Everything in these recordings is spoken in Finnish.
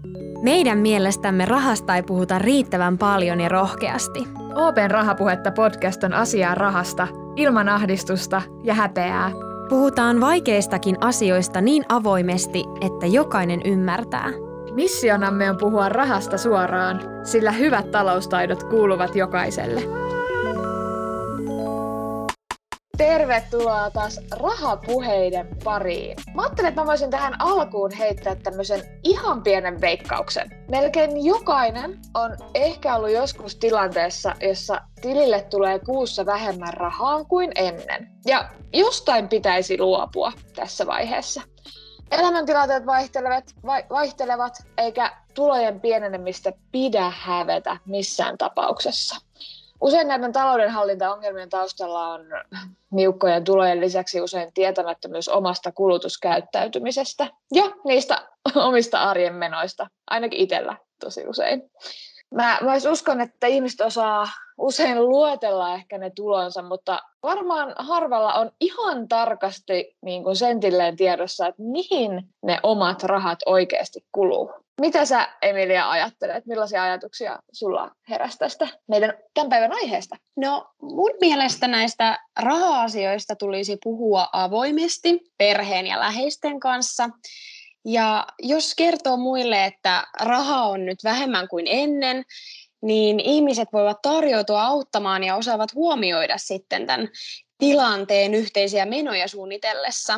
Meidän mielestämme rahasta ei puhuta riittävän paljon ja rohkeasti. Open Rahapuhetta podcast on asiaa rahasta, ilman ahdistusta ja häpeää. Puhutaan vaikeistakin asioista niin avoimesti, että jokainen ymmärtää. Missionamme on puhua rahasta suoraan, sillä hyvät taloustaidot kuuluvat jokaiselle. Tervetuloa taas rahapuheiden pariin. Mä ajattelin, että mä voisin tähän alkuun heittää tämmöisen ihan pienen veikkauksen. Melkein jokainen on ehkä ollut joskus tilanteessa, jossa tilille tulee kuussa vähemmän rahaa kuin ennen. Ja jostain pitäisi luopua tässä vaiheessa. Elämäntilanteet vaihtelevat, eikä tulojen pienenemistä pidä hävetä missään tapauksessa. Usein näiden taloudenhallintaongelmien taustalla on niukkojen tulojen lisäksi usein tietämättömyys omasta kulutuskäyttäytymisestä ja niistä omista arjen menoista, ainakin itsellä tosi usein. Mä myös uskon, että ihmiset osaa usein luetella ehkä ne tulonsa, mutta varmaan harvalla on ihan tarkasti niin kuin sentilleen tiedossa, että mihin ne omat rahat oikeasti kuluu. Mitä sä, Emilia, ajattelet? Millaisia ajatuksia sulla heräsi tästä meidän tämän päivän aiheesta? No, mun mielestä näistä raha-asioista tulisi puhua avoimesti perheen ja läheisten kanssa. Ja jos kertoo muille, että raha on nyt vähemmän kuin ennen, niin ihmiset voivat tarjoutua auttamaan ja osaavat huomioida sitten tämän tilanteen yhteisiä menoja suunnitellessa.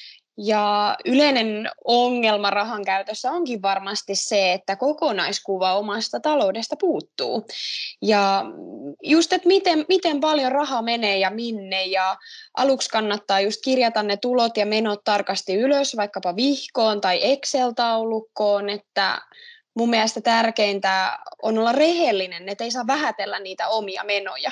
Ja yleinen ongelma rahan käytössä onkin varmasti se, että kokonaiskuva omasta taloudesta puuttuu. Ja just, että miten paljon raha menee ja minne. Ja aluksi kannattaa just kirjata ne tulot ja menot tarkasti ylös, vaikkapa vihkoon tai Excel-taulukkoon, että mun mielestä tärkeintä on olla rehellinen, että ei saa vähätellä niitä omia menoja.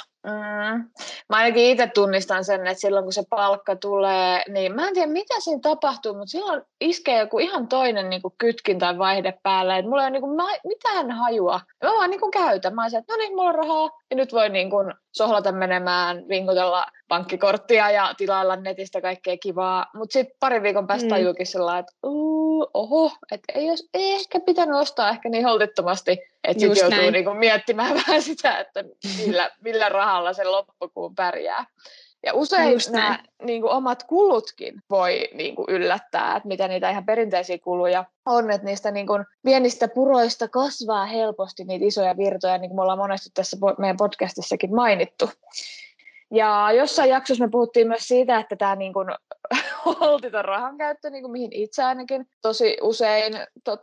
Mä ainakin itse tunnistan sen, että silloin kun se palkka tulee, niin mä en tiedä mitä siinä tapahtuu, mutta silloin iskee joku ihan toinen niin kuin kytkin tai vaihde päälle, että mulla ei ole niin kuin mitään hajua. Mä vaan niin kuin käytän. Mä olisin, että no niin, mulla on rahaa ja nyt voi niin kuin sohlata menemään, vinkutella pankkikorttia ja tilailla netistä kaikkea kivaa. Mutta sitten parin viikon päästä tajuukin sellainen, että oho, että ei olisi ehkä pitänyt ostaa ehkä niin holtittomasti, että sitten joutuu niinku miettimään vähän sitä, että millä rahalla se loppukuun pärjää. Ja usein nämä niinku omat kulutkin voi niinku yllättää, että mitä niitä ihan perinteisiä kuluja on, että niistä niinku pienistä puroista kasvaa helposti niitä isoja virtoja, niin kuin me ollaan monesti tässä meidän podcastissakin mainittu. Ja jossain jaksossa me puhuttiin myös siitä, että tämä niin kuin holtiton rahankäyttö, niin kuin mihin itse ainakin tosi usein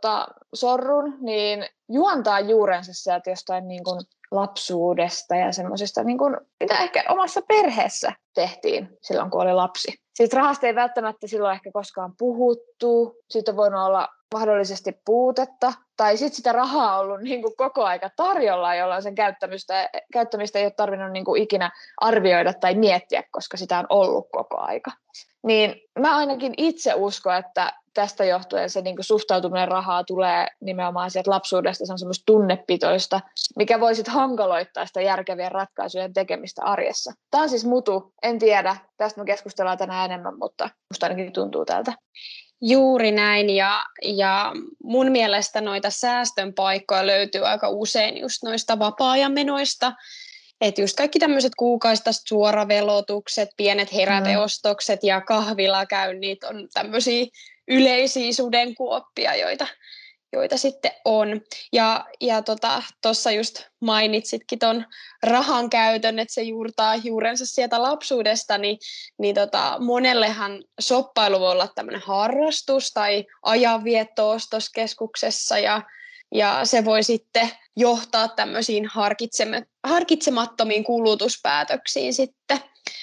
sorrun, niin juontaa juurensa sieltä jostain niin kuin lapsuudesta ja semmoisista, niin kuin, mitä ehkä omassa perheessä tehtiin silloin, kun oli lapsi. Siitä rahasta ei välttämättä silloin ehkä koskaan puhuttu, siitä on voinut olla mahdollisesti puutetta, tai sitten sitä rahaa on ollut niin kuin koko aika tarjolla, jolloin sen käyttämistä ei ole tarvinnut niin kuin ikinä arvioida tai miettiä, koska sitä on ollut koko aika. Niin mä ainakin itse uskon, että tästä johtuen se niin kuin suhtautuminen rahaa tulee nimenomaan sieltä lapsuudesta, se on semmoista tunnepitoista, mikä voi sitten hankaloittaa sitä järkevien ratkaisujen tekemistä arjessa. Tämä on siis mutu, en tiedä, tästä me keskustellaan tänään enemmän, mutta musta ainakin tuntuu tältä. Juuri näin, ja mun mielestä noita säästön paikkoja löytyy aika usein just noista vapaa-ajan menoista, että just kaikki tämmöiset kuukausitaiset suoravelotukset, pienet heräteostokset ja kahvilakäynnit on tämmöisiä yleisiä sudenkuoppia, joita sitten on. Ja tuossa just mainitsitkin ton rahan käytön, että se juurtaa juurensa sieltä lapsuudesta, niin monellehan shoppailu voi olla tämmöinen harrastus tai ajanvietto ostoskeskuksessa, ja se voi sitten johtaa tämmöisiin harkitsemattomiin kulutuspäätöksiin sitten.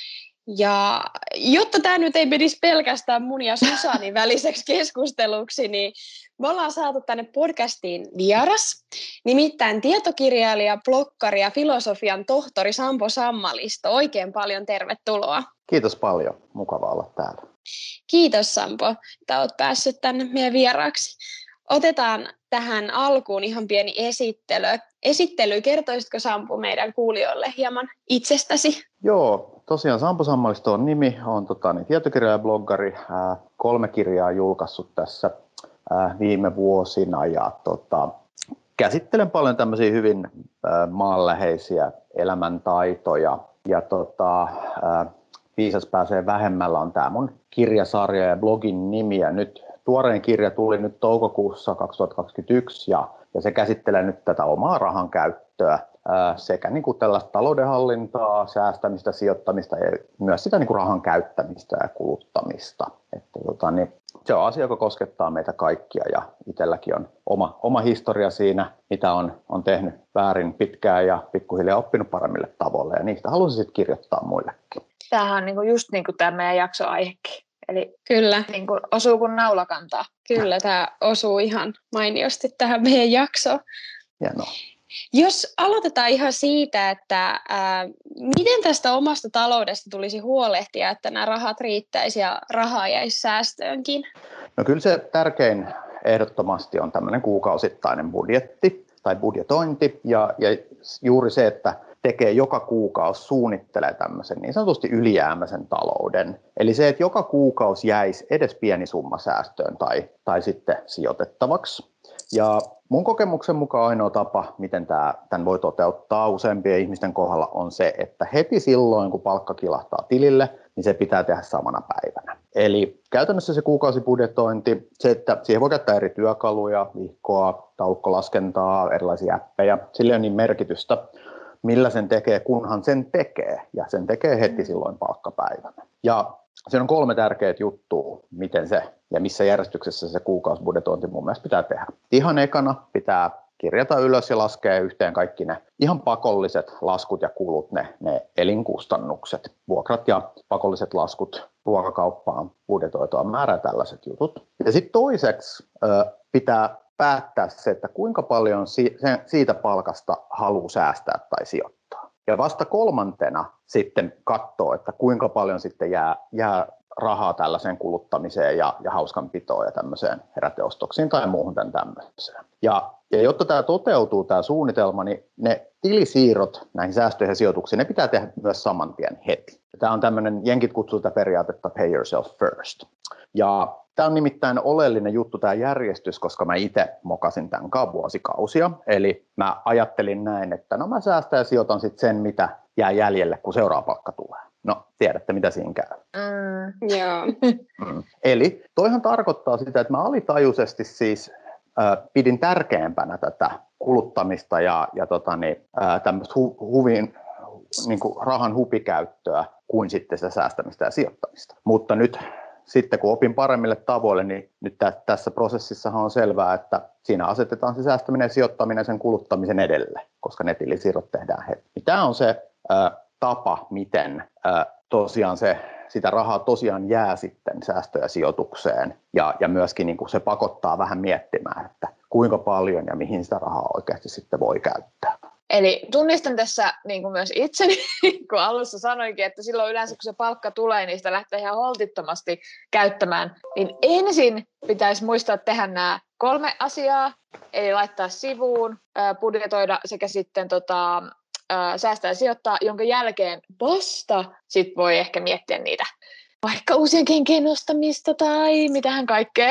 Ja jotta tämä nyt ei menisi pelkästään mun ja Susanin väliseksi keskusteluksi, niin me ollaan saatu tänne podcastiin vieras, nimittäin tietokirjailija, blokkari ja filosofian tohtori Sampo Sammalisto. Oikein paljon tervetuloa. Kiitos paljon, mukava olla täällä. Kiitos Sampo, että olet päässyt tänne meidän vieraaksi. Otetaan tähän alkuun ihan pieni esittely. Kertoisitko Sampo meidän kuulijoille hieman itsestäsi? Joo, tosiaan Sampo Sammalisto on nimi, olen tietokirjailija ja bloggari, 3 kirjaa julkaissut tässä viime vuosina ja käsittelen paljon tämmöisiä hyvin maanläheisiä elämäntaitoja ja Viisas pääsee vähemmällä on tämä mun kirjasarja ja blogin nimi ja nyt tuoreen kirja tuli nyt toukokuussa 2021 ja se käsittelee nyt tätä omaa rahan käyttöä sekä niin kuin tällaista taloudenhallintaa, säästämistä, sijoittamista ja myös sitä niin kuin rahan käyttämistä ja kuluttamista. Että, se on asia, joka koskettaa meitä kaikkia ja itselläkin on oma historia siinä, mitä on tehnyt väärin pitkään ja pikkuhiljaa oppinut paremmille tavoille ja niistä haluaisin sitten kirjoittaa muillekin. Tämähän on niinku just niin kuin tämä meidän jaksoaihekin. Eli Kyllä. Niin kuin osuu kun naula kantaa. Kyllä, tämä osuu ihan mainiosti tähän meidän jaksoon. Hienoa. Jos aloitetaan ihan siitä, että miten tästä omasta taloudesta tulisi huolehtia, että nämä rahat riittäisi ja rahaa jäisi säästöönkin? No kyllä se tärkein ehdottomasti on tämmöinen kuukausittainen budjetti tai budjetointi ja juuri se, että tekee joka kuukausi, suunnittelee tämmöisen niin sanotusti ylijäämäisen talouden. Eli se, että joka kuukausi jäisi edes pieni summa säästöön tai sitten sijoitettavaksi. Ja mun kokemuksen mukaan ainoa tapa, miten tämän voi toteuttaa useimpien ihmisten kohdalla on se, että heti silloin, kun palkka kilahtaa tilille, niin se pitää tehdä samana päivänä. Eli käytännössä se kuukausibudjetointi, se, että siihen voi käyttää eri työkaluja, vihkoa, taulukkolaskentaa, erilaisia appeja, sillä on niin merkitystä, millä sen tekee, kunhan sen tekee, ja sen tekee heti silloin palkkapäivänä. Ja siinä on 3 tärkeää juttua, miten se ja missä järjestyksessä se kuukausibudjetointi mun mielestä pitää tehdä. Ihan ekana pitää kirjata ylös ja laskea yhteen kaikki ne ihan pakolliset laskut ja kulut, ne elinkustannukset, vuokrat ja pakolliset laskut, ruokakauppaan, budjetoitua määrää tällaiset jutut. Ja sitten toiseksi pitää päättää se, että kuinka paljon siitä palkasta haluaa säästää tai sijoittaa. Ja vasta 3. sitten katsoo, että kuinka paljon sitten jää rahaa tällaiseen kuluttamiseen ja hauskanpitoon ja tämmöiseen heräteostoksiin tai muuhun tämmöiseen. Ja jotta tämä toteutuu, tämä suunnitelma, niin ne tilisiirrot näihin säästöihin ja sijoituksiin, ne pitää tehdä myös saman tien heti. Tämä on tämmöinen, jenkit kutsuu tätä periaatetta pay yourself first. Ja tämä on nimittäin oleellinen juttu, tämä järjestys, koska mä itse mokasin tämän vuosikausia. Eli mä ajattelin näin, että no mä säästän ja sijoitan sitten sen, mitä jää jäljelle, kun seuraava palkka tulee. No, tiedätte, mitä siinä käy. Joo. Eli toihan tarkoittaa sitä, että mä alitajuisesti siis pidin tärkeämpänä tätä kuluttamista ja tämmöistä niin kuin rahan hupikäyttöä kuin sitten sitä säästämistä ja sijoittamista. Mutta nyt sitten kun opin paremmille tavoille, niin nyt tässä prosessissahan on selvää, että siinä asetetaan se säästäminen ja sijoittaminen sen kuluttamisen edelle, koska ne tilisiirrot tehdään heti. Tämä on se tapa, miten tosiaan sitä rahaa tosiaan jää sitten säästö- ja sijoitukseen ja myöskin niin kuin se pakottaa vähän miettimään, että kuinka paljon ja mihin sitä rahaa oikeasti sitten voi käyttää. Eli tunnistan tässä niin kuin myös itseni, kun alussa sanoinkin, että silloin yleensä kun se palkka tulee, niin sitä lähtee ihan holtittomasti käyttämään. Niin ensin pitäisi muistaa tehdä nämä 3 asiaa, eli laittaa sivuun, budjetoida sekä sitten säästää ja sijoittaa, jonka jälkeen vasta sit voi ehkä miettiä niitä vaikka uusien kenkien ostamista tai mitähän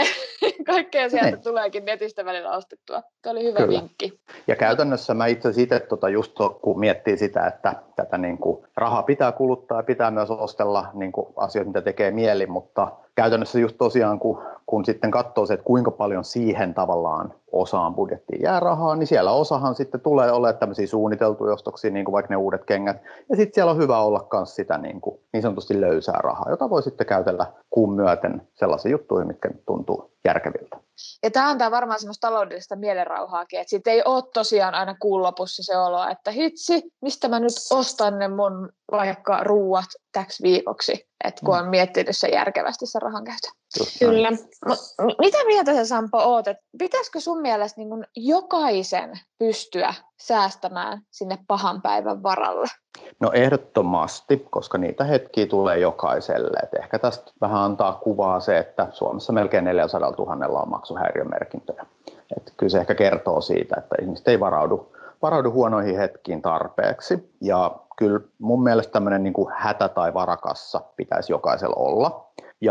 kaikkea sieltä tuleekin netistä välillä ostettua. Tuo oli hyvä vinkki. Ja käytännössä mä itse asiassa just kun miettii sitä, että tätä niin kuin rahaa pitää kuluttaa ja pitää myös ostella niin kuin asioita, mitä tekee mieli, mutta käytännössä just tosiaan kun sitten katsoo se, että kuinka paljon siihen tavallaan osaan budjettiin jää rahaa, niin siellä osahan sitten tulee olemaan tämmöisiä suunniteltuja ostoksia, niin kuin vaikka ne uudet kengät. Ja sitten siellä on hyvä olla myös sitä niin sanotusti löysää rahaa, jota voi sitten käytellä kuun myöten sellaisiin juttuihin, mitkä tuntuu järkeviltä. Ja tämä antaa varmaan semmoista taloudellista mielenrauhaakin, että sitten ei ole tosiaan aina kuun lopussa se olo, että hitsi, mistä mä nyt ostan ne mun vaikka ruuat täksi viikoksi, että kun on miettinyt se järkevästi se rahan käytön. Kyllä. Mitä mieltä sä, Sampo, oot, että pitäisikö sun mielestä niin kun jokaisen pystyä säästämään sinne pahan päivän varalle? No ehdottomasti, koska niitä hetkiä tulee jokaiselle. Et ehkä tästä vähän antaa kuvaa se, että Suomessa melkein 400 000 on maksuhäiriömerkintöjä. Et kyllä se ehkä kertoo siitä, että ihmiset ei varaudu huonoihin hetkiin tarpeeksi. Ja kyllä mun mielestä tämmöinen niin kuin hätä- tai varakassa pitäisi jokaisella olla. Ja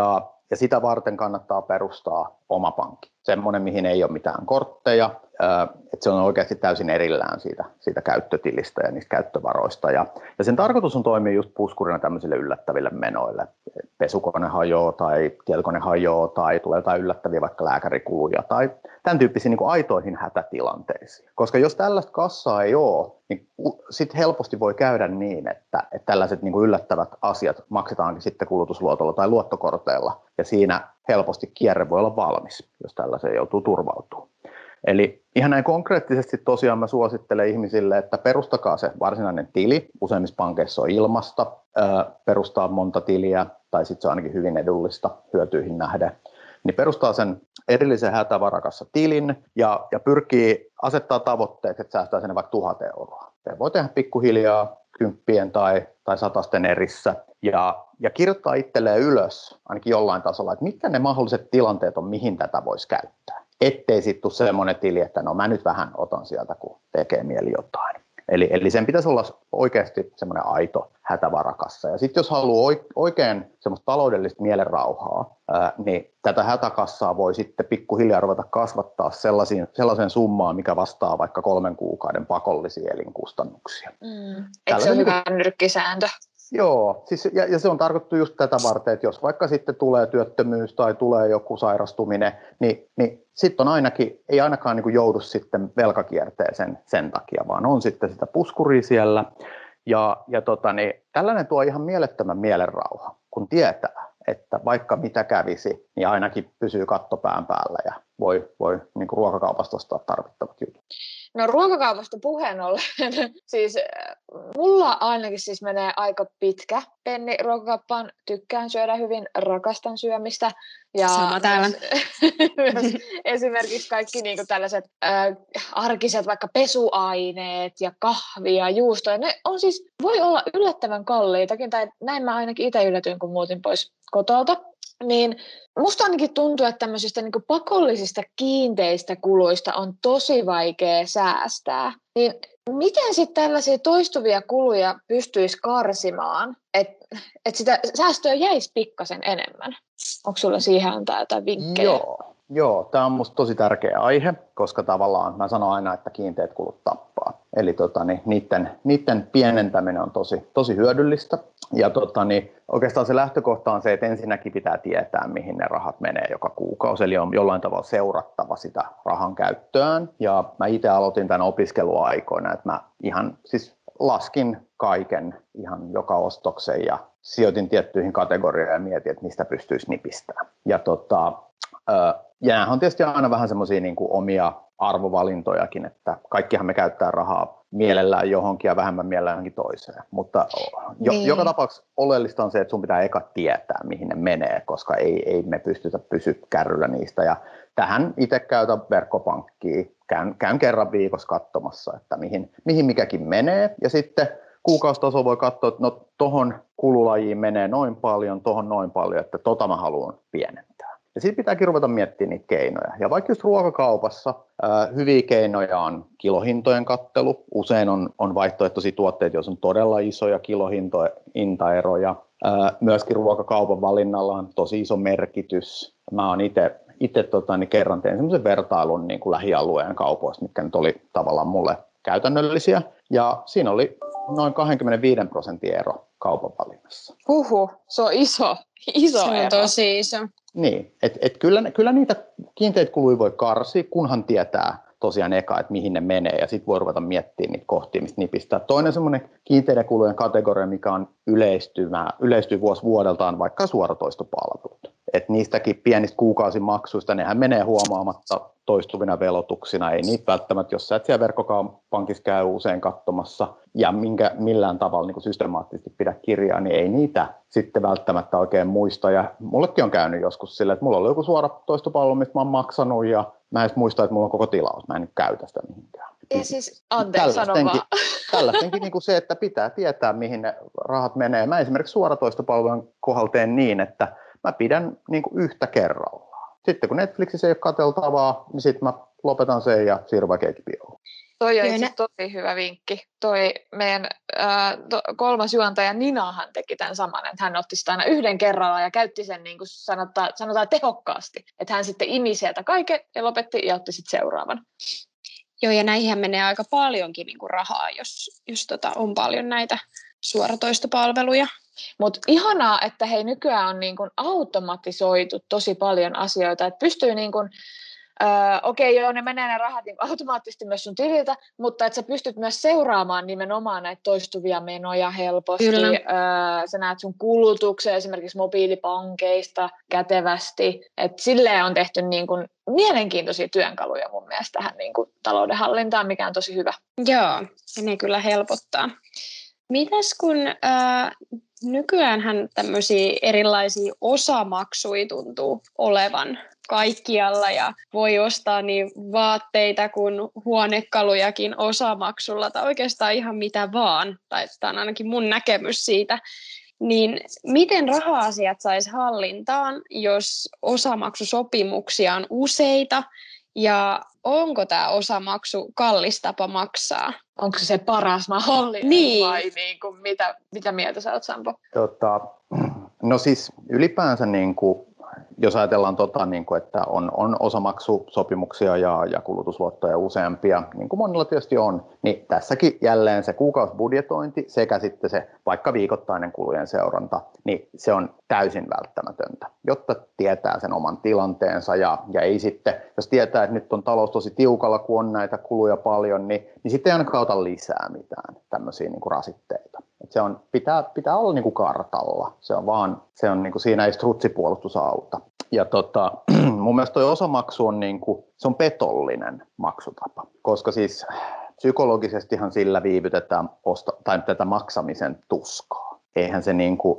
ja sitä varten kannattaa perustaa oma pankki. Semmoinen, mihin ei ole mitään kortteja, että se on oikeasti täysin erillään siitä käyttötilistä ja niistä käyttövaroista. Ja sen tarkoitus on toimia just puskurina tämmöisille yllättäville menoille. Pesukone hajoaa tai tietokone hajoaa tai tulee jotain yllättäviä vaikka lääkärikuluja tai tämän tyyppisiin niin kuin aitoihin hätätilanteisiin. Koska jos tällaista kassaa ei ole, niin sitten helposti voi käydä niin, että tällaiset niin kuin yllättävät asiat maksetaankin sitten kulutusluotolla tai luottokorteilla. Ja siinä helposti kierre voi olla valmis, jos tällaiseen joutuu turvautumaan. Eli ihan näin konkreettisesti tosiaan mä suosittelen ihmisille, että perustakaa se varsinainen tili. Useimmissa pankeissa on ilmasta, perustaa monta tiliä, tai sitten se on ainakin hyvin edullista hyötyihin nähden. Niin perustaa sen erillisen hätävarakassa tilin ja pyrkii asettaa tavoitteet, että säästää sinne vaikka 1 000 euroa. Se voi tehdä pikkuhiljaa 10 tai 100 erissä ja kirjoittaa itselleen ylös ainakin jollain tasolla, että mitkä ne mahdolliset tilanteet on, mihin tätä voisi käyttää. Ettei sitten tule semmoinen tili, että no mä nyt vähän otan sieltä, kun tekee mieli jotain. Eli sen pitäisi olla oikeasti semmoinen aito hätävarakassa. Ja sitten jos haluaa oikein semmoista taloudellista mielenrauhaa, niin tätä hätäkassaa voi sitten pikkuhiljaa ruveta kasvattaa sellaiseen summaan, mikä vastaa vaikka 3 kuukauden pakollisia elinkustannuksia. Eikö se ole hyvä nyrkkisääntö? Joo, siis, ja se on tarkoitettu just tätä varten, että jos vaikka sitten tulee työttömyys tai tulee joku sairastuminen, niin sitten ei ainakaan niin kuin joudu sitten velkakierteeseen sen takia, vaan on sitten sitä puskuria siellä. Ja tällainen tuo ihan mielettömän mielenrauha, kun tietää, että vaikka mitä kävisi, niin ainakin pysyy katto pään päällä ja voi niin kuin ruokakaupasta ostaa tarvittavat jutut. No ruokakaupasta puheen ollen, siis mulla ainakin siis menee aika pitkä penni ruokakauppaan. Tykkään syödä hyvin, rakastan syömistä. Ja sama täällä. Myös esimerkiksi kaikki niinku tällaiset arkiset vaikka pesuaineet ja kahvi ja juusto. Ne on siis, voi olla yllättävän kalliitakin, tai näin mä ainakin itse yllätyin, kun muutin pois kotolta. Niin musta ainakin tuntuu, että tämmöisistä niin kuin pakollisista kiinteistä kuluista on tosi vaikea säästää. Niin miten sitten tällaisia toistuvia kuluja pystyisi karsimaan, että sitä säästöä jäisi pikkasen enemmän? Onko sulla siihen antaa jotain vinkkejä? Joo, tämä on musta tosi tärkeä aihe, koska tavallaan mä sanon aina, että kiinteät kulut tappaa. Eli niiden pienentäminen on tosi hyödyllistä. Ja oikeastaan se lähtökohta on se, että ensinnäkin pitää tietää, mihin ne rahat menee joka kuukausi. Eli on jollain tavalla seurattava sitä rahan käyttöään. Ja mä itse aloitin tämän opiskeluaikoina, että mä ihan siis laskin kaiken, ihan joka ostoksen ja sijoitin tiettyihin kategorioihin ja mietin, että mistä pystyisi nipistämään. Ja nämä on tietysti aina vähän semmoisia niin kuin omia arvovalintojakin, että kaikkihan me käyttää rahaa mielellään johonkin ja vähemmän mielellään johonkin toiseen. Mutta joka tapauksessa oleellista on se, että sun pitää eka tietää, mihin ne menee, koska ei me pystytä pysyä kärryllä niistä. Ja tähän itse käytän verkkopankkia, käyn kerran viikossa katsomassa, että mihin mikäkin menee. Ja sitten kuukausitasolla voi katsoa, että no tohon kululajiin menee noin paljon, tohon noin paljon, että mä haluan pienentää. Ja sitten pitääkin ruveta miettimään niitä keinoja. Ja vaikka just ruokakaupassa hyviä keinoja on kilohintojen kattelu. Usein on vaihtoehtoisia tuotteita, jos on todella isoja kilohintaeroja. Myöskin ruokakaupan valinnalla on tosi iso merkitys. Mä oon itse kerran tein semmoisen vertailun niin kuin lähialueen kaupoista, mitkä nyt oli tavallaan mulle käytännöllisiä. Ja siinä oli noin 25% ero kaupan valinnassa. Se on iso se ero. on tosi iso. Niin, että kyllä niitä kiinteitä kuluja voi karsia, kunhan tietää tosiaan eka, että mihin ne menee, ja sitten voi ruveta miettimään niitä kohtia, mistä nipistää. Toinen semmoinen kiinteiden kulujen kategoria, mikä on yleistyy vuosi vuodeltaan, vaikka suoratoistopalvelut. Että niistäkin pienistä kuukausimaksuista, nehän menee huomaamatta toistuvina velotuksina, ei niitä välttämättä, jos sä et siellä verkkopankissa käy usein katsomassa ja millään tavalla niin systemaattisesti pidä kirjaa, niin ei niitä sitten välttämättä oikein muista. Ja mullekin on käynyt joskus sillä, että mulla oli joku suora toistopalvelu, mistä mä oon maksanut ja mä en muista, että mulla on koko tilaus, mä en nyt käytä sitä mihinkään. Ja siis, anteeksi, sano vaan. Tällaistenkin niin kuin se, että pitää tietää, mihin ne rahat menee. Mä esimerkiksi suoratoistopalvelun kohdalla teen niin, että mä pidän niin kuin yhtä kerrallaan. Sitten kun Netflixissä ei ole katseltavaa, niin sitten mä lopetan sen ja siirryn vaikka HBO:hun. Toi on itse asiassa tosi hyvä vinkki. Toi meidän kolmas juontaja Ninahan teki tämän saman, että hän otti sitä aina yhden kerralla ja käytti sen niin kuin sanotaan tehokkaasti. Että hän sitten imi sieltä kaiken ja lopetti ja otti sitten seuraavan. Joo, ja näihin menee aika paljonkin niin kuin rahaa, jos on paljon näitä suoratoistopalveluja. Mutta ihanaa, että hei nykyään on niin kuin automatisoitu tosi paljon asioita, että pystyy niin kuin okei, joo, ne menee ne rahat niin automaattisesti myös sun tililtä, mutta että sä pystyt myös seuraamaan nimenomaan näitä toistuvia menoja helposti. Sä näet sun kulutuksen esimerkiksi mobiilipankeista kätevästi. Et silleen on tehty niin kuin mielenkiintoisia työkaluja mun mielestä tähän niin kuin taloudenhallintaan, mikä on tosi hyvä. Joo, ja ne kyllä helpottaa. Mitäs kun nykyäänhän tämmöisiä erilaisia osamaksuja tuntuu olevan kaikkialla ja voi ostaa niin vaatteita kuin huonekalujakin osamaksulla tai oikeastaan ihan mitä vaan, tai tämä on ainakin mun näkemys siitä, niin miten raha-asiat saisi hallintaan, jos osamaksusopimuksia on useita ja onko tämä osamaksu kallis tapa maksaa? Onko se paras mahdollinen vai niin kuin, mitä mieltä sä oot, Sampo? No siis ylipäänsä niin kuin, jos ajatellaan, niin kuin, että on osamaksusopimuksia ja kulutusluottoja useampia, niin kuin monilla tietysti on, niin tässäkin jälleen se kuukausibudjetointi sekä sitten se vaikka viikoittainen kulujen seuranta, niin se on täysin välttämätöntä, jotta tietää sen oman tilanteensa ja ei sitten, jos tietää, että nyt on talous tosi tiukalla, kun on näitä kuluja paljon, niin sitten ei ainakaan ota lisää mitään tämmöisiä niin kuin rasitteita. Et se on, pitää olla niin kuin kartalla, se on niin kuin, siinä ei strutsipuolustus auta. Ja mun mielestä toi osamaksu on, niin kuin, se on petollinen maksutapa, koska siis psykologisestihan sillä viivytetään tätä maksamisen tuskaa. Eihän se niin kuin,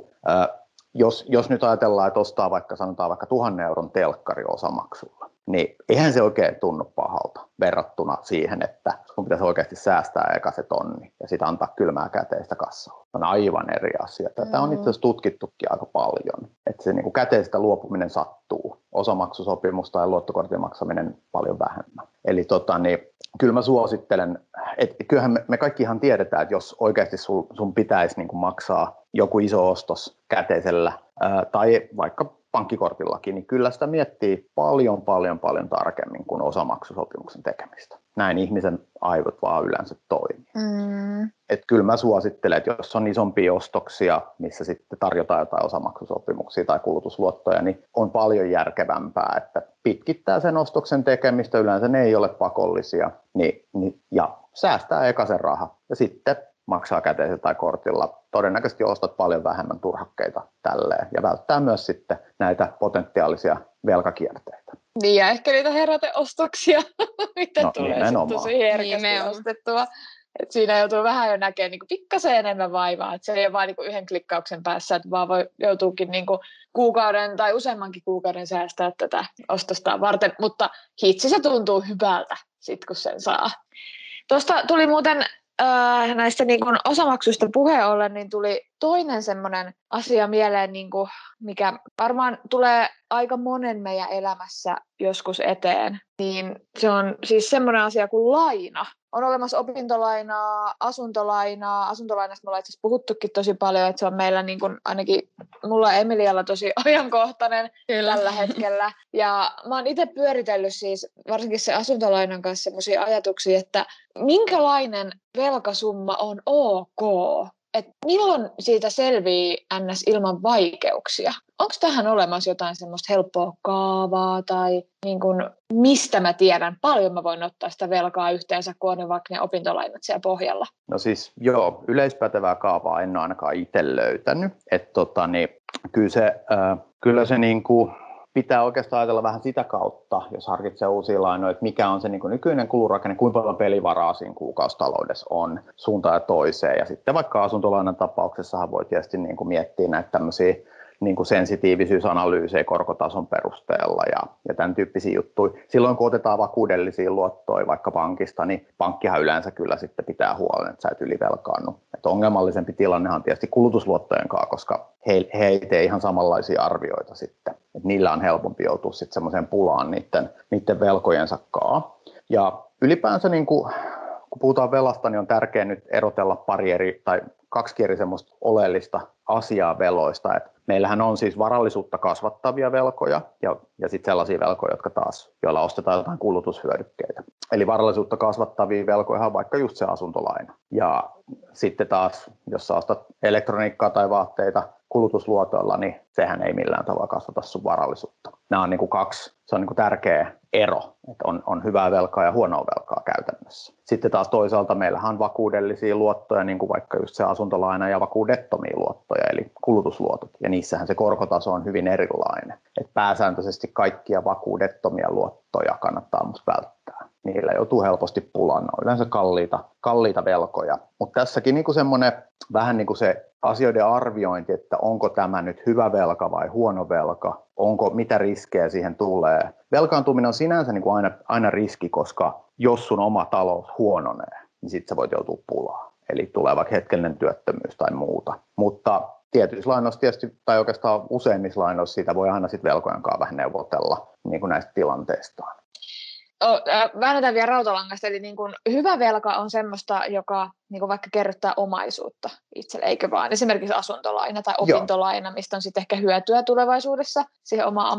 jos nyt ajatellaan, että ostaa sanotaan vaikka 1 000 euron telkkari osamaksulla, niin eihän se oikein tunnu pahalta verrattuna siihen, että sun pitäisi oikeasti säästää eka se tonni ja sitten antaa kylmää käteistä kassalla. On aivan eri asia. Tätä on itse asiassa tutkittukin aika paljon, että se niin käteistä luopuminen sattuu. Osamaksusopimus tai luottokortin maksaminen paljon vähemmän. Eli kyllä mä suosittelen, että kyllähän me kaikki ihan tiedetään, että jos oikeasti sun pitäisi niin kuin maksaa joku iso ostos käteisellä tai vaikka pankkikortillakin, niin kyllä sitä miettii paljon tarkemmin kuin osamaksusopimuksen tekemistä. Näin ihmisen aivot vaan yleensä toimii. Että kyllä mä suosittelen, että jos on isompia ostoksia, missä sitten tarjotaan jotain osamaksusopimuksia tai kulutusluottoja, niin on paljon järkevämpää, että pitkittää sen ostoksen tekemistä, yleensä ne ei ole pakollisia, ja säästää eka sen raha ja sitten maksaa käteisellä tai kortilla. Todennäköisesti ostat paljon vähemmän turhakkeita tälleen ja välttää myös sitten näitä potentiaalisia velkakierteitä. Niin ja ehkä niitä heräteostoksia, mitä tulee nimenomaan. tosi herkästi ostettua. Et siinä joutuu vähän jo näkemään niin pikkasen enemmän vaivaa. Et se ei ole vain niin yhden klikkauksen päässä, että vaan joutuukin niin kuukauden tai useammankin kuukauden säästää tätä ostostaan varten. Mutta hitsi se tuntuu hyvältä, sit kun sen saa. Tuosta tuli muuten näistä niin kuin osamaksuista puheen ollen, niin tuli toinen semmoinen asia mieleen, niin kuin, mikä varmaan tulee aika monen meidän elämässä joskus eteen. Niin se on siis semmoinen asia kuin laina. On olemassa opintolainaa, asuntolainaa. Asuntolainasta me ollaan itse asiassa puhuttukin tosi paljon, että se on meillä niin kuin, ainakin mulla ja Emilialla tosi ajankohtainen tällä hetkellä. Ja mä oon itse pyöritellyt siis varsinkin se asuntolainan kanssa semmoisia ajatuksia, että minkälainen velkasumma on ok? Että milloin siitä selvii ns. Ilman vaikeuksia? Onko tähän olemassa jotain semmoista helppoa kaavaa tai niin kun, mistä mä tiedän, paljon mä voin ottaa sitä velkaa yhteensä, kun on vaikka ne opintolainat siellä pohjalla? No siis joo, yleispätevää kaavaa en ole ainakaan itse löytänyt. Että kyllä se niinku pitää oikeastaan ajatella vähän sitä kautta, jos harkitsee uusia lainoja, että mikä on se niin kuin nykyinen kulurakenne, kuinka paljon pelivaraa siinä kuukausitaloudessa on suuntaan ja toiseen. Ja sitten vaikka asuntolainan tapauksessahan voi tietysti niin kuin miettiä näitä tämmöisiä niin kuin sensitiivisyysanalyysejä korkotason perusteella ja tämän tyyppisiä juttuja. Silloin kun otetaan vakuudellisia luottoja vaikka pankista, niin pankkihan yleensä kyllä sitten pitää huolen, että sä et ylivelkaannu. Että ongelmallisempi tilannehan on tietysti kulutusluottojen kanssa, koska he ei tee ihan samanlaisia arvioita sitten. Että niillä on helpompi joutua sitten semmoiseen pulaan niiden velkojensa kanssa. Ja ylipäänsä niin kun kun puhutaan velasta, niin on tärkeää nyt erotella kaksi eri semmoista oleellista asiaa veloista. Et meillähän on siis varallisuutta kasvattavia velkoja ja sitten sellaisia velkoja, joilla ostetaan jotain kulutushyödykkeitä. Eli varallisuutta kasvattavia velkoja on vaikka just se asuntolaina. Ja sitten taas, jos sä ostat elektroniikkaa tai vaatteita kulutusluotoilla, niin sehän ei millään tavalla kasvata sun varallisuutta. Nämä on se on tärkeä ero, että on hyvää velkaa ja huonoa velkaa käytännössä. Sitten taas toisaalta meillähän on vakuudellisia luottoja, niin kuin vaikka just se asuntolaina ja vakuudettomia luottoja, eli kulutusluotot. Ja niissähän se korkotaso on hyvin erilainen. Et pääsääntöisesti kaikkia vakuudettomia luottoja kannattaa musta välttää. Niillä joutuu helposti pulaan, ne on yleensä kalliita velkoja. Mutta tässäkin niinku semmoinen vähän niin kuin se asioiden arviointi, että onko tämä nyt hyvä velka vai huono velka, mitä riskejä siihen tulee. Velkaantuminen on sinänsä niin kuin aina riski, koska jos sun oma talous huononee, niin sitten sä voit joutua pulaan. Eli tulee vaikka hetkellinen työttömyys tai muuta. Mutta tietyissä lainoissa tietysti, tai oikeastaan useimmissa lainoissa siitä voi aina sitten velkojen kanssa vähän neuvotella niin kuin näistä tilanteistaan. Väännetään vielä rautalangasta, eli niin kuin hyvä velka on semmoista, joka niin kuin vaikka kerryttää omaisuutta itselle, eikö vaan? Esimerkiksi asuntolaina tai opintolaina, mistä on sitten ehkä hyötyä tulevaisuudessa siihen omaan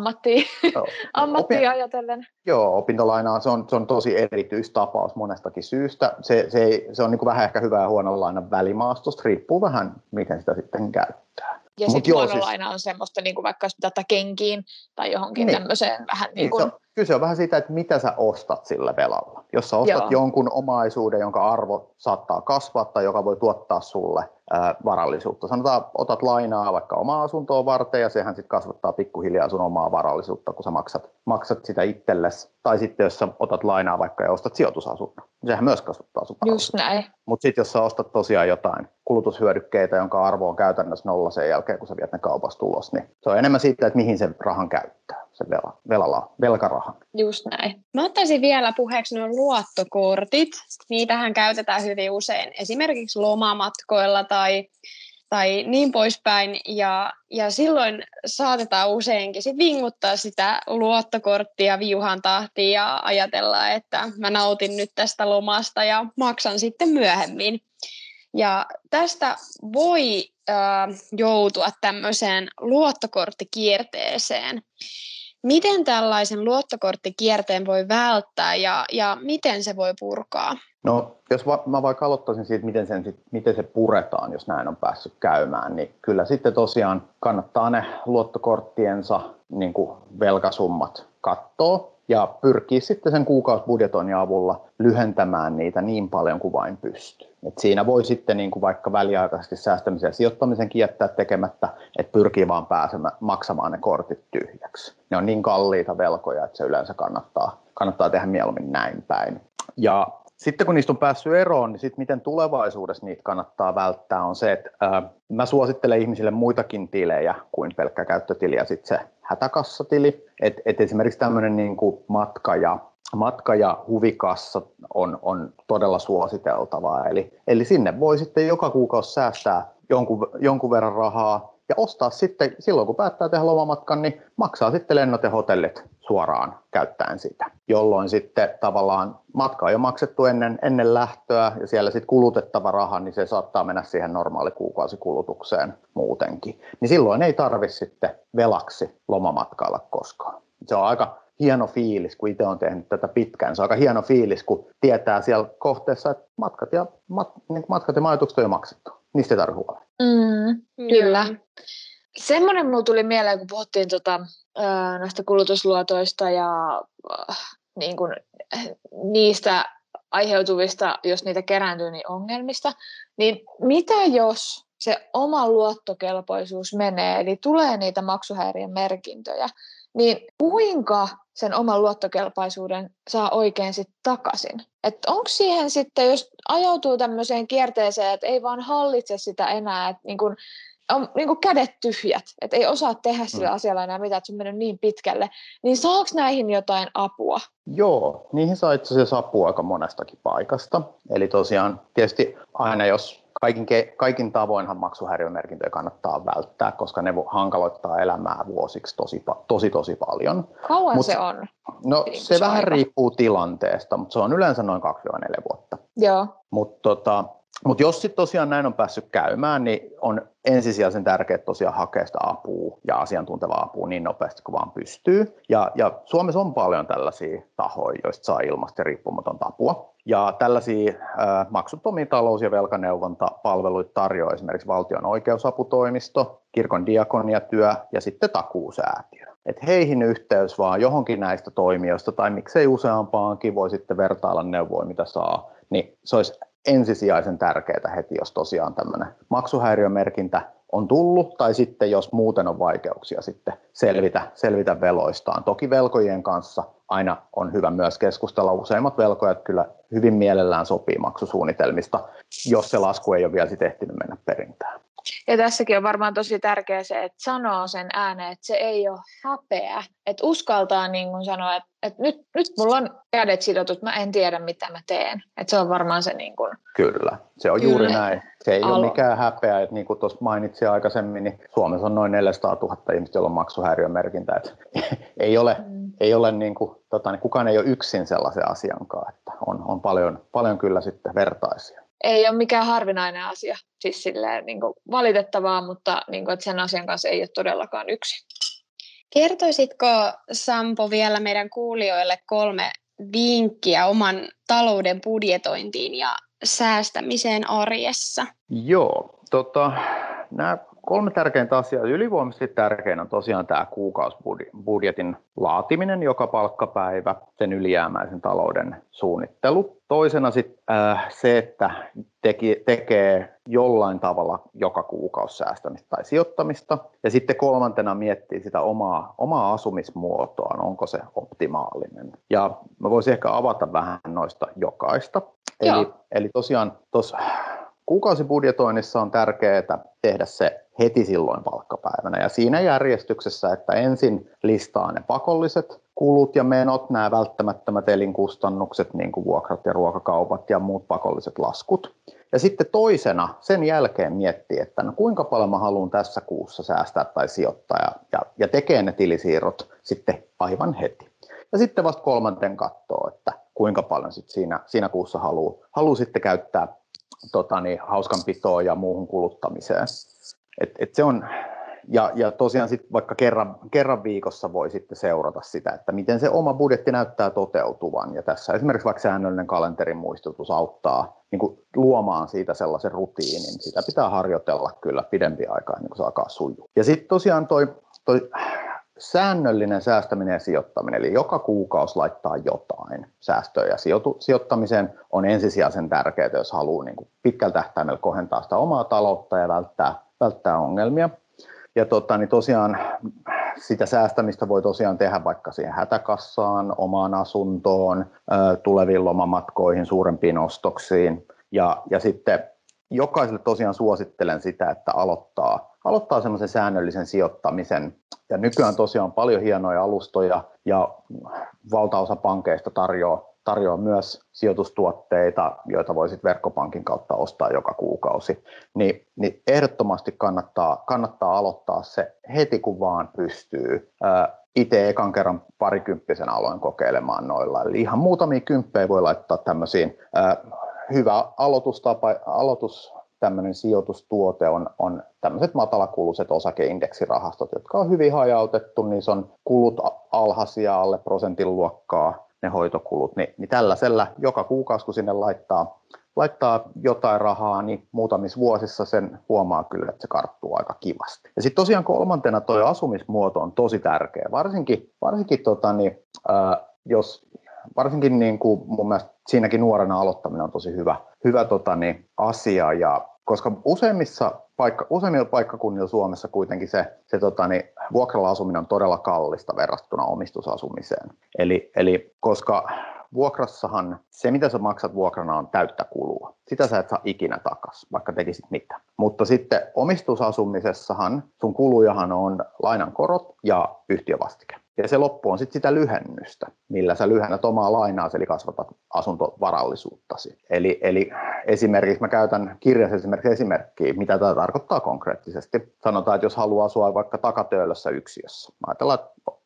ammattiin ajatellen. Joo, opintolaina se on tosi erityistapaus monestakin syystä. Se on niin kuin vähän ehkä hyvä ja huono lainan välimaastosta, riippuu vähän, miten sitä sitten käyttää. Ja sitten huono laina on semmoista, niin kuin vaikka jos pitää kenkiin tai johonkin tämmöiseen vähän niin kuin... Kyse on vähän siitä, että mitä sä ostat sillä velalla. Jos sä ostat jonkun omaisuuden, jonka arvo saattaa kasvaa tai joka voi tuottaa sulle varallisuutta. Sanotaan, otat lainaa vaikka omaa asuntoa varten ja sehän sitten kasvattaa pikkuhiljaa sun omaa varallisuutta, kun sä maksat sitä itsellesi. Tai sitten jos sä otat lainaa vaikka ja ostat sijoitusasunnon, sehän myös kasvattaa sun varallisuutta. Just näin. Mutta sitten jos sä ostat tosiaan jotain kulutushyödykkeitä, jonka arvo on käytännössä nolla sen jälkeen, kun sä viet ne kaupasta ulos, niin se on enemmän siitä, että mihin sen rahan käyttää, se velkarahan. Just näin. Mä ottaisin vielä puheeksi nuo luottokortit. Niitähän käytetään hyvin usein esimerkiksi lomamatkoilla tai niin poispäin. Ja silloin saatetaan useinkin sit vinguttaa sitä luottokorttia viuhan tahtiin ja ajatella, että mä nautin nyt tästä lomasta ja maksan sitten myöhemmin. Ja tästä voi joutua tämmöiseen luottokorttikierteeseen. Miten tällaisen luottokorttikierteen voi välttää ja miten se voi purkaa? No, jos mä vaikka aloittaisin siitä, miten se puretaan, jos näin on päässyt käymään, niin kyllä sitten tosiaan kannattaa ne luottokorttiensa niin kuin velkasummat katsoa ja pyrkii sitten sen kuukausibudjetoinnin avulla lyhentämään niitä niin paljon kuin vain pystyy. Et siinä voi sitten niin kuin vaikka väliaikaisesti säästämisen ja sijoittamisenkin jättää tekemättä, että pyrkii vaan maksamaan ne kortit tyhjäksi. Ne on niin kalliita velkoja, että se yleensä kannattaa tehdä mieluummin näin päin. Ja sitten kun niistä on päässyt eroon, niin sitten miten tulevaisuudessa niitä kannattaa välttää on se, että mä suosittelen ihmisille muitakin tilejä kuin pelkkä käyttötili ja sitten se hätäkassatili. Et esimerkiksi tämmöinen niin kuin matka- ja huvikassa on todella suositeltavaa. Eli sinne voi sitten joka kuukausi säästää jonkun verran rahaa ja ostaa sitten, silloin kun päättää tehdä lomamatkan, niin maksaa sitten lennot ja hotellit suoraan käyttäen sitä. Jolloin sitten tavallaan matka on jo maksettu ennen lähtöä ja siellä sitten kulutettava raha, niin se saattaa mennä siihen normaali kuukausikulutukseen muutenkin. Niin silloin ei tarvitse sitten velaksi lomamatkailla koskaan. Se on aika hieno fiilis, kun itse olen tehnyt tätä pitkään. Se on aika hieno fiilis, kun tietää siellä kohteessa, että matkat ja majoitukset on jo maksettu. Niistä ei tarvitse huolehtia. Kyllä. Semmoinen minulle tuli mieleen, kun puhuttiin näistä kulutusluotoista ja niin kuin, niistä aiheutuvista, jos niitä kerääntyy, niin ongelmista. Niin mitä jos se oma luottokelpoisuus menee, eli tulee niitä maksuhäiriömerkintöjä, niin kuinka sen oman luottokelpoisuuden saa oikein sitten takaisin? Että onko siihen sitten, jos ajautuu tämmöiseen kierteeseen, että ei vaan hallitse sitä enää, että on niin kuin kädet tyhjät, että ei osaa tehdä sillä asialla enää mitään, että se on mennyt niin pitkälle, niin saako näihin jotain apua? Joo, niihin saa itse asiassa apua aika monestakin paikasta. Eli tosiaan tietysti aina jos kaikin tavoinhan maksuhäiriömerkintöjä kannattaa välttää, koska ne hankaloittaa elämää vuosiksi tosi paljon. Kauan se on? No se vähän riippuu tilanteesta, mutta se on yleensä noin 2-4 vuotta. Joo. Mutta jos sitten tosiaan näin on päässyt käymään, niin on ensisijaisen tärkeää tosiaan hakea sitä apua ja asiantuntevaa apua niin nopeasti kuin vaan pystyy. Ja Suomessa on paljon tällaisia tahoja, joista saa ilmasta riippumatonta apua. Ja tällaisia maksuttomia talous- ja velkaneuvontapalveluita tarjoaa esimerkiksi Valtion oikeusaputoimisto, kirkon diakoniatyö ja sitten takuusäätiö. Et heihin yhteys vaan johonkin näistä toimijoista tai miksei useampaankin voi sitten vertailla neuvoja, mitä saa, niin se olisi ensisijaisen tärkeää heti, jos tosiaan tämmöinen maksuhäiriömerkintä on tullut, tai sitten jos muuten on vaikeuksia sitten selvitä veloistaan. Toki velkojien kanssa aina on hyvä myös keskustella. Useimmat velkojat kyllä hyvin mielellään sopii maksusuunnitelmista, jos se lasku ei ole vielä sitten ehtinyt mennä perintään. Ja tässäkin on varmaan tosi tärkeää se, että sanoo sen ääneen, että se ei ole häpeä. Että uskaltaa niin kuin sanoa, että nyt mulla on kädet sidotut, mä en tiedä mitä mä teen. Että se on varmaan se niin kuin... Kyllä, se on juuri näin. Se ei ole mikään häpeä. Että niin kuin tuossa mainitsin aikaisemmin, niin Suomessa on noin 400 000 ihmistä, joilla on maksuhäiriömerkintä. Että ei ole niin kuin, kukaan ei ole yksin sellaisen asiankaan. Että on paljon kyllä sitten vertaisia. Ei ole mikään harvinainen asia, siis silleen, niin kuin valitettavaa, mutta niin kuin, että sen asian kanssa ei ole todellakaan yksin. Kertoisitko, Sampo, vielä meidän kuulijoille 3 vinkkiä oman talouden budjetointiin ja säästämiseen arjessa? Joo, nämä 3 tärkeintä asiaa. Ylivoimaisesti tärkein on tosiaan tämä kuukausibudjetin laatiminen joka palkkapäivä, sen ylijäämäisen talouden suunnittelu. Toisena sitten se, että tekee jollain tavalla joka kuukausi säästämistä tai sijoittamista. Ja sitten 3. miettii sitä omaa asumismuotoaan, onko se optimaalinen. Ja mä voisin ehkä avata vähän noista jokaista. Eli tosiaan tuossa kuukausibudjetoinnissa on tärkeää tehdä se heti silloin palkkapäivänä ja siinä järjestyksessä, että ensin listaa ne pakolliset kulut ja menot, nämä välttämättömät elinkustannukset, niin kuin vuokrat ja ruokakaupat ja muut pakolliset laskut. Ja sitten toisena sen jälkeen miettii, että no kuinka paljon mä haluan tässä kuussa säästää tai sijoittaa ja tekee ne tilisiirrot sitten aivan heti. Ja sitten vasta 3. katsoo, että kuinka paljon sitten siinä kuussa haluaa sitten käyttää hauskanpitoon ja muuhun kuluttamiseen. Et se on, ja tosiaan sit vaikka kerran viikossa voi sitten seurata sitä, että miten se oma budjetti näyttää toteutuvan. Ja tässä esimerkiksi vaikka säännöllinen kalenterin muistutus auttaa niin kuin luomaan siitä sellaisen rutiinin. Sitä pitää harjoitella kyllä pidempi aikaa ennen kuin se alkaa sujua. Ja sitten tosiaan toi säännöllinen säästäminen ja sijoittaminen, eli joka kuukausi laittaa jotain säästöä ja sijoittamiseen on ensisijaisen tärkeää, jos haluaa niin kuin pitkällä tähtäimellä kohentaa sitä omaa taloutta ja välttää ongelmia. Ja tosiaan sitä säästämistä voi tosiaan tehdä vaikka siihen hätäkassaan, omaan asuntoon, tuleviin lomamatkoihin, suurempiin ostoksiin. Ja sitten jokaiselle tosiaan suosittelen sitä, että aloittaa semmoisen säännöllisen sijoittamisen. Ja nykyään tosiaan on paljon hienoja alustoja ja valtaosa pankeista tarjoaa myös sijoitustuotteita, joita voi sitten verkkopankin kautta ostaa joka kuukausi. Niin ehdottomasti kannattaa aloittaa se heti kun vaan pystyy. Itse ekan kerran 20 aloin kokeilemaan noilla. Eli ihan muutamia kymppejä voi laittaa tämmöisiin. Hyvä tämmöinen sijoitustuote on tämmöiset matalakuluiset osakeindeksirahastot, jotka on hyvin hajautettu, niissä on kulut alhaisia alle prosentin luokkaa, ne hoitokulut, niin tällaisella joka kuukausi, kun sinne laittaa jotain rahaa, niin muutamissa vuosissa sen huomaa kyllä, että se karttuu aika kivasti. Ja sitten tosiaan 3. toi asumismuoto on tosi tärkeä, varsinkin varsinkin niin kuin mun mielestä siinäkin nuorena aloittaminen on tosi hyvä asia, ja koska useimmilla paikkakunnilla Suomessa kuitenkin se vuokralla asuminen on todella kallista verrattuna omistusasumiseen. Eli koska vuokrassahan se, mitä sä maksat vuokrana, on täyttä kulua. Sitä sä et saa ikinä takaisin, vaikka tekisit mitä. Mutta sitten omistusasumisessahan sun kulujahan on lainan korot ja yhtiövastike. Ja se loppu on sitten sitä lyhennystä, millä sä lyhennät omaa lainaa, eli kasvatat asuntovarallisuuttasi. Eli esimerkiksi mä käytän kirjassa esimerkkiä, mitä tämä tarkoittaa konkreettisesti. Sanotaan, että jos haluaa asua vaikka takatöölössä yksiössä. Ajatellaan, että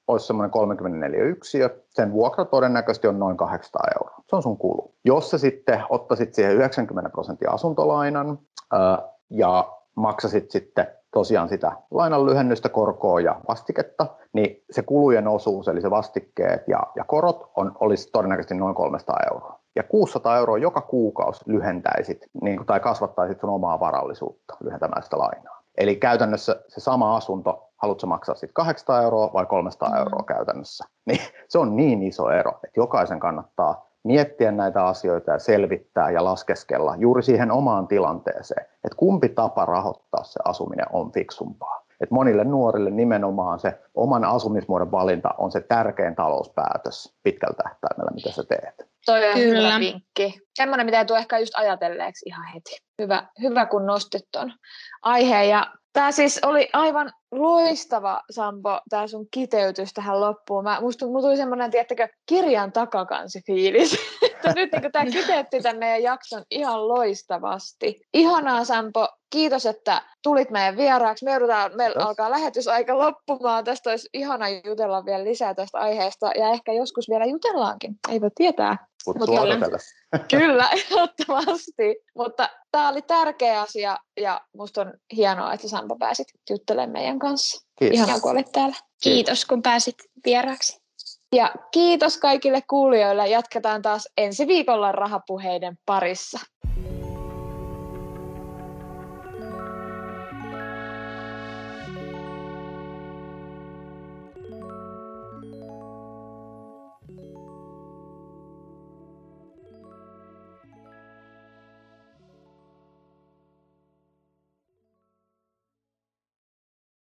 olisi semmoinen 34 yksiö, sen vuokra todennäköisesti on noin 800 €. Se on sun kulu. Jos sä sitten ottaisit siihen 90% asuntolainan ja maksasit sitten tosiaan sitä lainan lyhennystä, korkoa ja vastiketta, niin se kulujen osuus, eli se vastikkeet ja korot olisi todennäköisesti noin 300 €. Ja 600 € joka kuukausi lyhentäisit tai kasvattaisit sun omaa varallisuutta lyhentämään sitä lainaa. Eli käytännössä se sama asunto, haluatko maksaa sitten 800 € vai 300 € käytännössä, niin se on niin iso ero, että jokaisen kannattaa miettiä näitä asioita ja selvittää ja laskeskella juuri siihen omaan tilanteeseen, että kumpi tapa rahoittaa se asuminen on fiksumpaa. Että monille nuorille nimenomaan se oman asumismuodon valinta on se tärkein talouspäätös pitkällä tähtäimellä, mitä sä teet. Toi on hyvä vinkki. Semmoinen, mitä ei tule ehkä just ajatelleeksi ihan heti. Hyvä kun nostit ton aiheen. Ja tämä siis oli aivan loistava, Sampo, tämä sun kiteytys tähän loppuun. Mulla tuli semmoinen, tiettäkö, kirjan takakansi-fiilis. Nyt niin tämä kiteytti tämän meidän jakson ihan loistavasti. Ihanaa, Sampo. Kiitos, että tulit meidän vieraaksi. Meillä alkaa lähetysaika loppumaan. Tästä olisi ihana jutella vielä lisää tästä aiheesta. Ja ehkä joskus vielä jutellaankin. Ei voi tietää. Kyllä, ehdottomasti. Mutta tämä oli tärkeä asia ja musta on hienoa, että Sampo pääsit juttelemaan meidän kanssa. Kiitos. Ihanaa, kun olit täällä. Kiitos, kun pääsit vieraaksi. Ja kiitos kaikille kuulijoille. Jatketaan taas ensi viikolla rahapuheiden parissa.